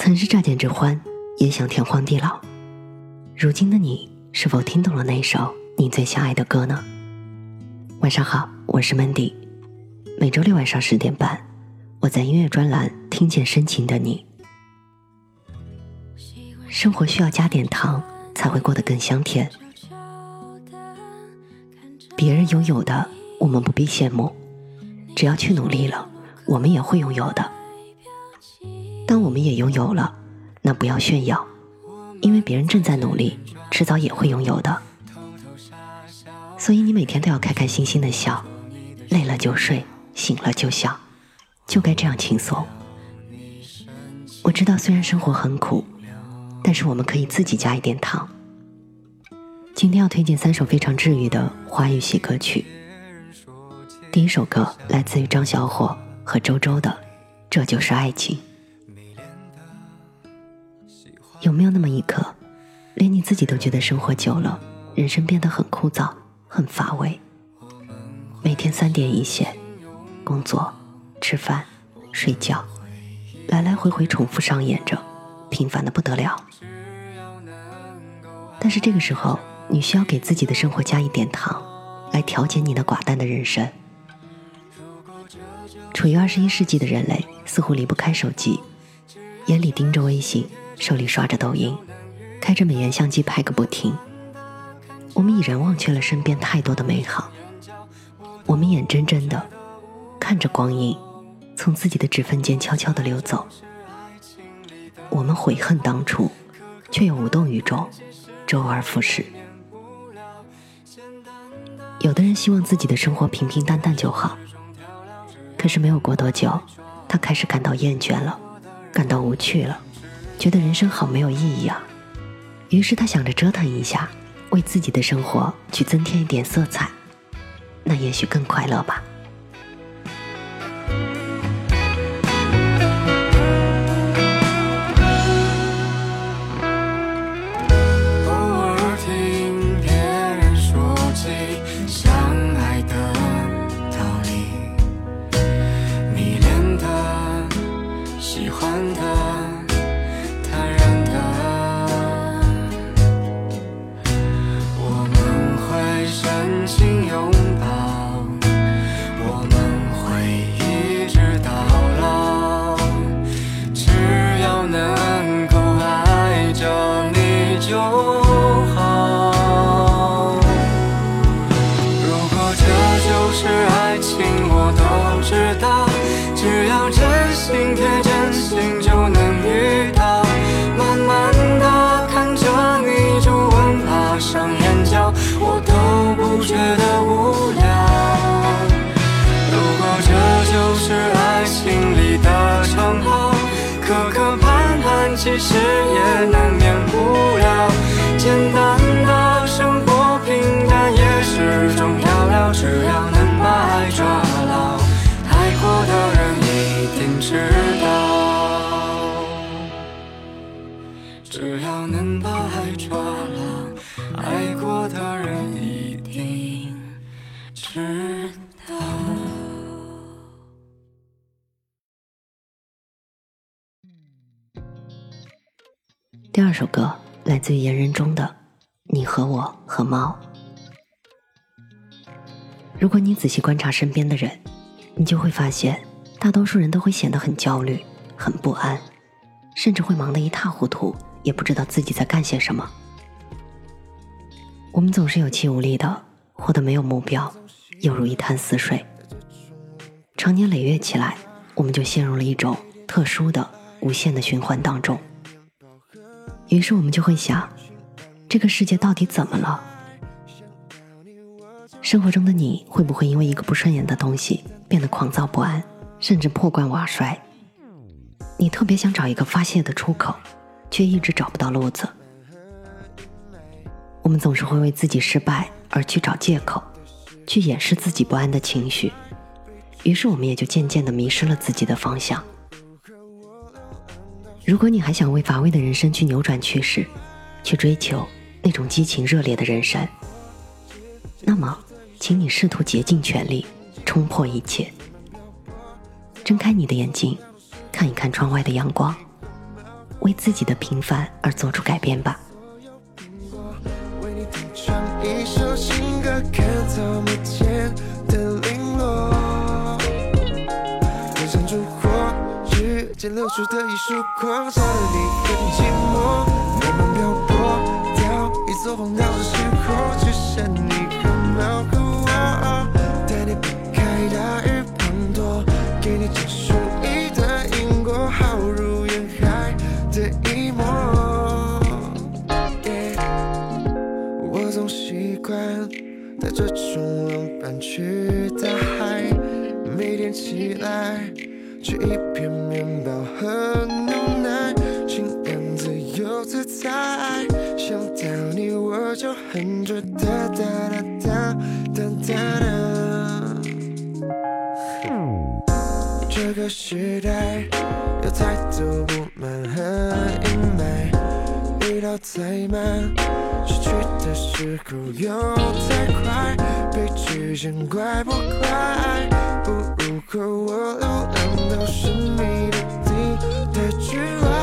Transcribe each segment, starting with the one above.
曾是乍见之欢，也想天荒地老。如今的你，是否听懂了那首你最想爱的歌呢？晚上好，我是 Mandy。每周六晚上10点半，我在音乐专栏听见深情的你。生活需要加点糖，才会过得更香甜。别人拥有的，我们不必羡慕，只要去努力了，我们也会拥有的。当我们也拥有了，那不要炫耀，因为别人正在努力，迟早也会拥有的。所以你每天都要开开心心的笑，累了就睡，醒了就笑，就该这样轻松。我知道虽然生活很苦，但是我们可以自己加一点糖。今天要推荐3首非常治愈的华语系歌曲。第一首歌来自于张小火和周周的《这就是爱情》。有没有那么一刻，连你自己都觉得生活久了，人生变得很枯燥，很乏味？每天3点一线，工作、吃饭、睡觉，来来回回重复上演着，平凡的不得了。但是这个时候，你需要给自己的生活加一点糖，来调节你那寡淡的人生。处于21世纪的人类，似乎离不开手机，眼里盯着微信，手里刷着抖音，开着美颜相机拍个不停。我们已然忘却了身边太多的美好，我们眼睁睁地看着光阴从自己的指缝间悄悄地流走。我们悔恨当初，却又无动于衷，周而复始。有的人希望自己的生活平平淡淡就好，可是没有过多久，他开始感到厌倦了，感到无趣了，觉得人生好没有意义啊。于是他想着折腾一下，为自己的生活去增添一点色彩，那也许更快乐吧。 只要真心贴真心就能遇到，慢慢的看着你皱纹爬上眼角，我都不觉得无聊。如果这就是爱情里的称号，磕磕绊绊其实也难免不了，简单的生活平淡也是种调料，只要能把爱抓牢，爱过的人一定知道，只要能把爱抓牢，爱过的人一定知道。 第二首歌来自于言人中的《你和我和猫》。如果你仔细观察身边的人，你就会发现，大多数人都会显得很焦虑，很不安，甚至会忙得一塌糊涂，也不知道自己在干些什么。我们总是有气无力的，活得没有目标，犹如一潭死水。长年累月起来，我们就陷入了一种特殊的无限的循环当中。于是我们就会想，这个世界到底怎么了？生活中的你会不会因为一个不顺眼的东西变得狂躁不安，甚至破罐瓦摔？你特别想找一个发泄的出口，却一直找不到路子。我们总是会为自己失败而去找借口，去掩饰自己不安的情绪，于是我们也就渐渐地迷失了自己的方向。如果你还想为乏味的人生去扭转趋势，去追求那种激情热烈的人生，那么请你试图竭尽全力冲破一切，睁开你的眼睛，看一看窗外的阳光， 为自己的平凡而做出改变吧。 为你弹唱一首情歌，看到眉间的零落，人生烛火之间流出的一束光，照得你很寂寞，慢慢漂泊到一座荒岛的时候，只剩你和猫和我，带你避开大雨滂沱，给你讲述一段因果，好如烟海的一幕。我总习惯带着冲浪板去大海，每天起来吃一片面包和牛奶，轻言自由自在，想到你我就哼着哒哒哒哒哒哒哒。这个时代有太多不满和阴霾，遇到太慢，失去的时候又太快，被局限怪不怪，不如和我流浪到神秘的地带之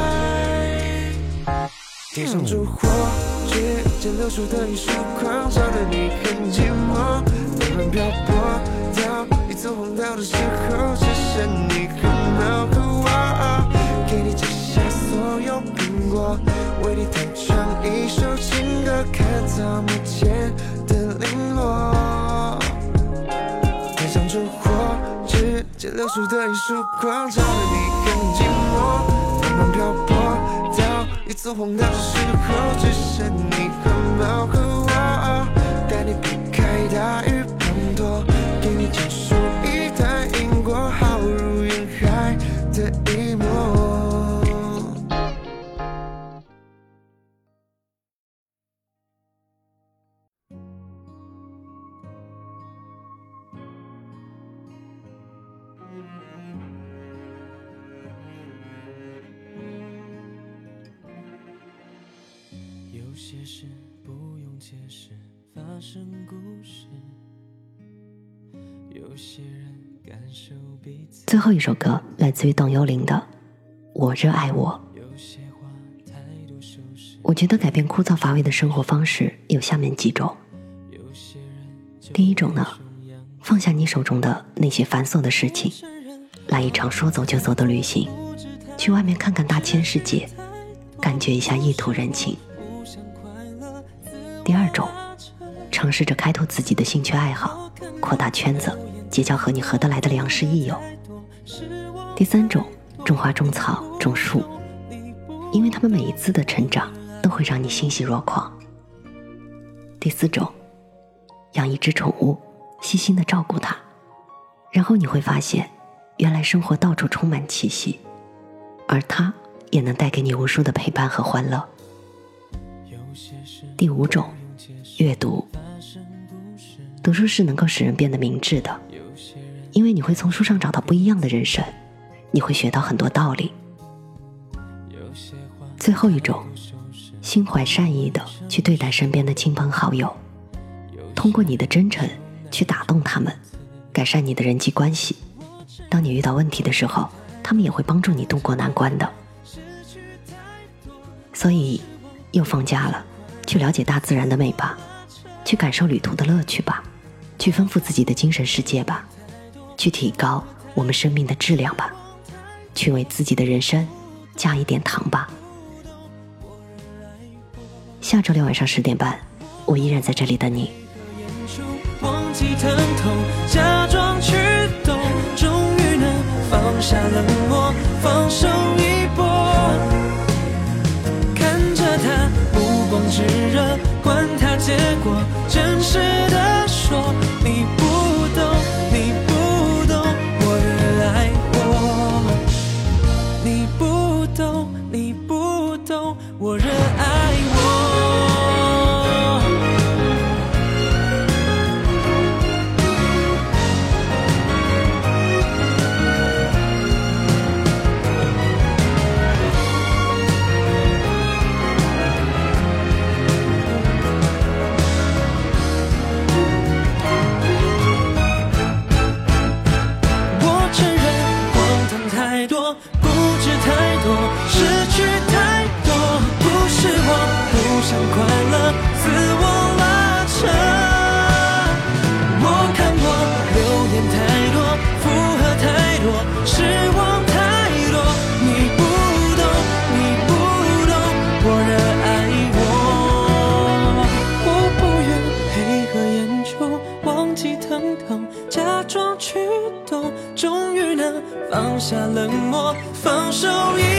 外。天上烛火之间流出的一束光，照得你很寂寞，慢慢漂泊到一座荒岛的时候，只剩你和猫和我，给你摘下所有苹果，为你弹唱一首情歌，看到眉间的零落。天上烛火之间流出的一束光，照得你很寂寞，慢慢漂泊到一座荒岛的时候，只剩你和猫和我，带你避开大雨滂沱，给你讲述一段因果，好如烟海的一幕。 有些事不用解释，发生故事。有些人感受彼此。 最后一首歌来自于邓幽灵的《我热爱我》。我觉得改变枯燥乏味的生活方式有下面几种。第一种呢，放下你手中的那些繁琐的事情，来一场说走就走的旅行，去外面看看大千世界，感觉一下异土人情。第二种，尝试着开拓自己的兴趣爱好，扩大圈子，结交和你合得来的良师益友。第三种，种花种草种树，因为他们每一次的成长都会让你欣喜若狂。第四种，养一只宠物，细心地照顾它，然后你会发现原来生活到处充满气息，而它也能带给你无数的陪伴和欢乐。第五种，阅读。读书是能够使人变得明智的，因为你会从书上找到不一样的人生，你会学到很多道理。最后一种，心怀善意的去对待身边的亲朋好友，通过你的真诚去打动他们，改善你的人际关系。当你遇到问题的时候，他们也会帮助你度过难关的。所以又放假了，去了解大自然的美吧，去感受旅途的乐趣吧，去丰富自己的精神世界吧，去提高我们生命的质量吧，去为自己的人生加一点糖吧。下周六晚上10点半，我依然在这里等你。 忘记疼痛，假装去懂，终于能放下冷漠，放手一搏。看着他目光炙热，管他结果，真实的说，你不懂，你不懂我热爱我，你不懂，你不懂我热爱我。不知太多，失去太放手一